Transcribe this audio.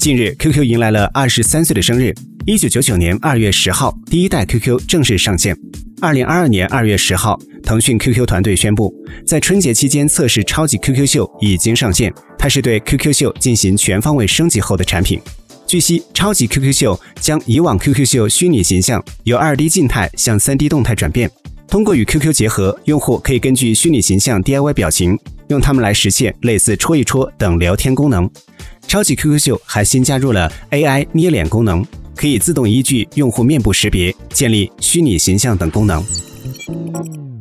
近日 QQ 迎来了23岁的生日。1999年2月10号，第一代 QQ 正式上线。2022年2月10号，腾讯 QQ 团队宣布，在春节期间测试超级 QQ 秀已经上线，它是对 QQ 秀进行全方位升级后的产品。据悉，超级 QQ 秀将以往 QQ 秀虚拟形象由 2D 静态向 3D 动态转变，通过与 QQ 结合，用户可以根据虚拟形象 DIY 表情，用它们来实现类似戳一戳等聊天功能。超级 QQ 秀还新加入了 AI 捏脸功能，可以自动依据用户面部识别建立虚拟形象等功能。